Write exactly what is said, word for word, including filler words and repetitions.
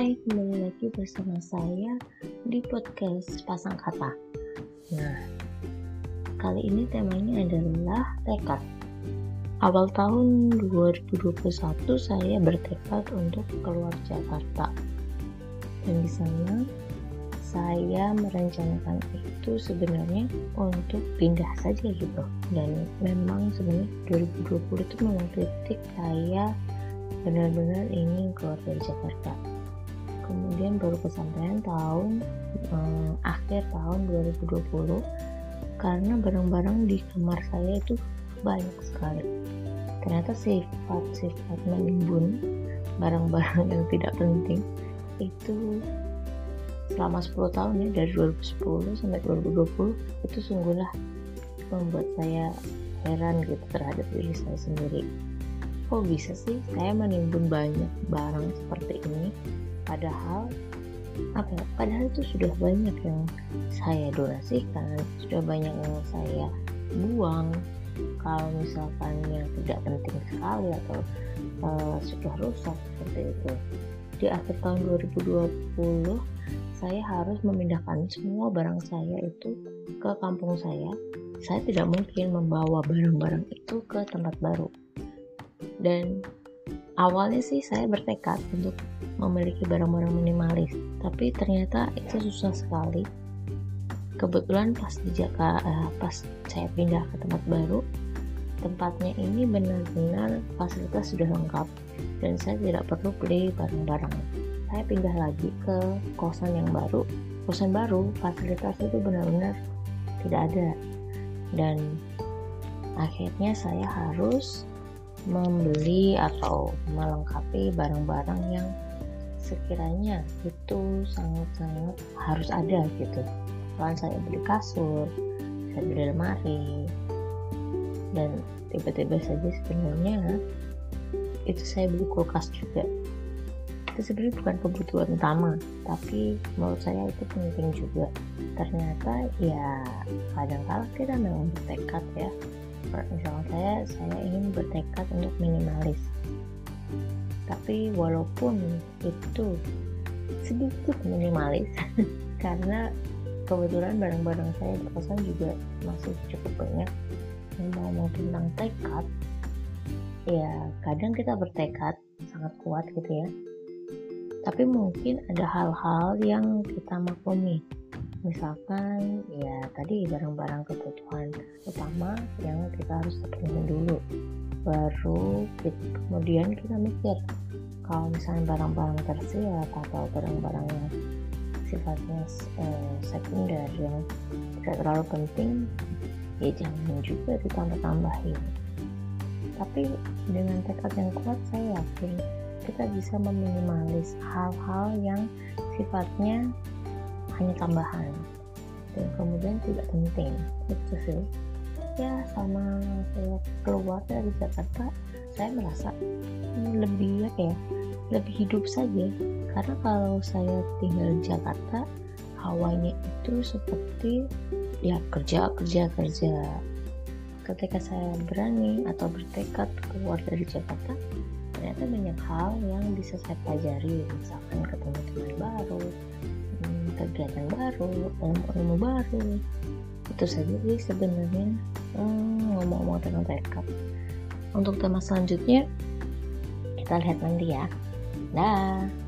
Hai, kembali lagi bersama saya di podcast Pasang Kata. Nah, kali ini temanya adalah tekad. Awal tahun dua ribu dua puluh satu saya bertekad untuk keluar Jakarta. Dan di sana saya merencanakan itu sebenarnya untuk pindah saja gitu. Dan memang sebenarnya dua ribu dua puluh itu memang titik saya benar-benar ingin keluar dari Jakarta. Kemudian baru kesampaian tahun eh, akhir tahun dua ribu dua puluh karena barang-barang di kamar saya itu banyak sekali. Ternyata sifat-sifat menimbun barang-barang yang tidak penting itu selama sepuluh tahun ya, dari dua ribu sepuluh sampai dua ribu dua puluh itu sungguhlah membuat saya heran gitu terhadap diri saya sendiri. Kok bisa sih saya menimbun banyak barang seperti ini? Padahal apa ya, padahal itu sudah banyak yang saya donasikan, sudah banyak yang saya buang. Kalau misalkan yang tidak penting sekali atau uh, sudah rusak seperti itu. Di akhir tahun dua ribu dua puluh saya harus memindahkan semua barang saya itu ke kampung saya. Saya tidak mungkin membawa barang-barang itu ke tempat baru. Dan awalnya sih saya bertekad untuk memiliki barang-barang minimalis, tapi ternyata itu susah sekali. Kebetulan pas di Jakarta, uh, pas saya pindah ke tempat baru, tempatnya ini benar-benar fasilitas sudah lengkap dan saya tidak perlu beli barang-barang. Saya pindah lagi ke kosan yang baru. Kosan baru fasilitas itu benar-benar tidak ada, dan akhirnya saya harus membeli atau melengkapi barang-barang yang sekiranya itu sangat-sangat harus ada gitu. Kalau saya beli kasur, saya beli lemari, dan tiba-tiba saja sebenarnya itu saya beli kulkas juga. Itu sebenarnya bukan kebutuhan utama, tapi menurut saya itu penting juga. Ternyata ya kadang-kala kita memang bertekad ya. Misalnya saya saya ingin bertekad untuk minimalis, tapi walaupun itu sedikit minimalis karena kebetulan barang-barang saya di kosan juga masih cukup banyak. Ngomong tentang tekad, ya kadang kita bertekad sangat kuat gitu ya, tapi mungkin ada hal-hal yang kita maklumi. Misalkan ya tadi barang-barang kebutuhan utama yang kita harus penuhi dulu, baru kita, kemudian kita mikir kalau misalnya barang-barang tersier atau barang-barang yang sifatnya eh, sekunder yang tidak terlalu penting, ya jangan juga ditambah-tambahin. Tapi dengan tekad yang kuat saya yakin kita bisa meminimalis hal-hal yang sifatnya hanya tambahan dan kemudian tidak penting. Itu sih ya, sama saya keluar dari Jakarta saya merasa lebih apa ya lebih hidup saja, karena kalau saya tinggal di Jakarta hawanya itu seperti ya kerja kerja kerja. Ketika saya berani atau bertekad keluar dari Jakarta, ternyata banyak hal yang bisa saya pelajari, misalkan ketemu teman baru, kegiatan baru, ilmu-ilmu baru. Itu saja sih sebenarnya hmm, ngomong-ngomong tentang tekad. Untuk tema selanjutnya kita lihat nanti ya. Dah.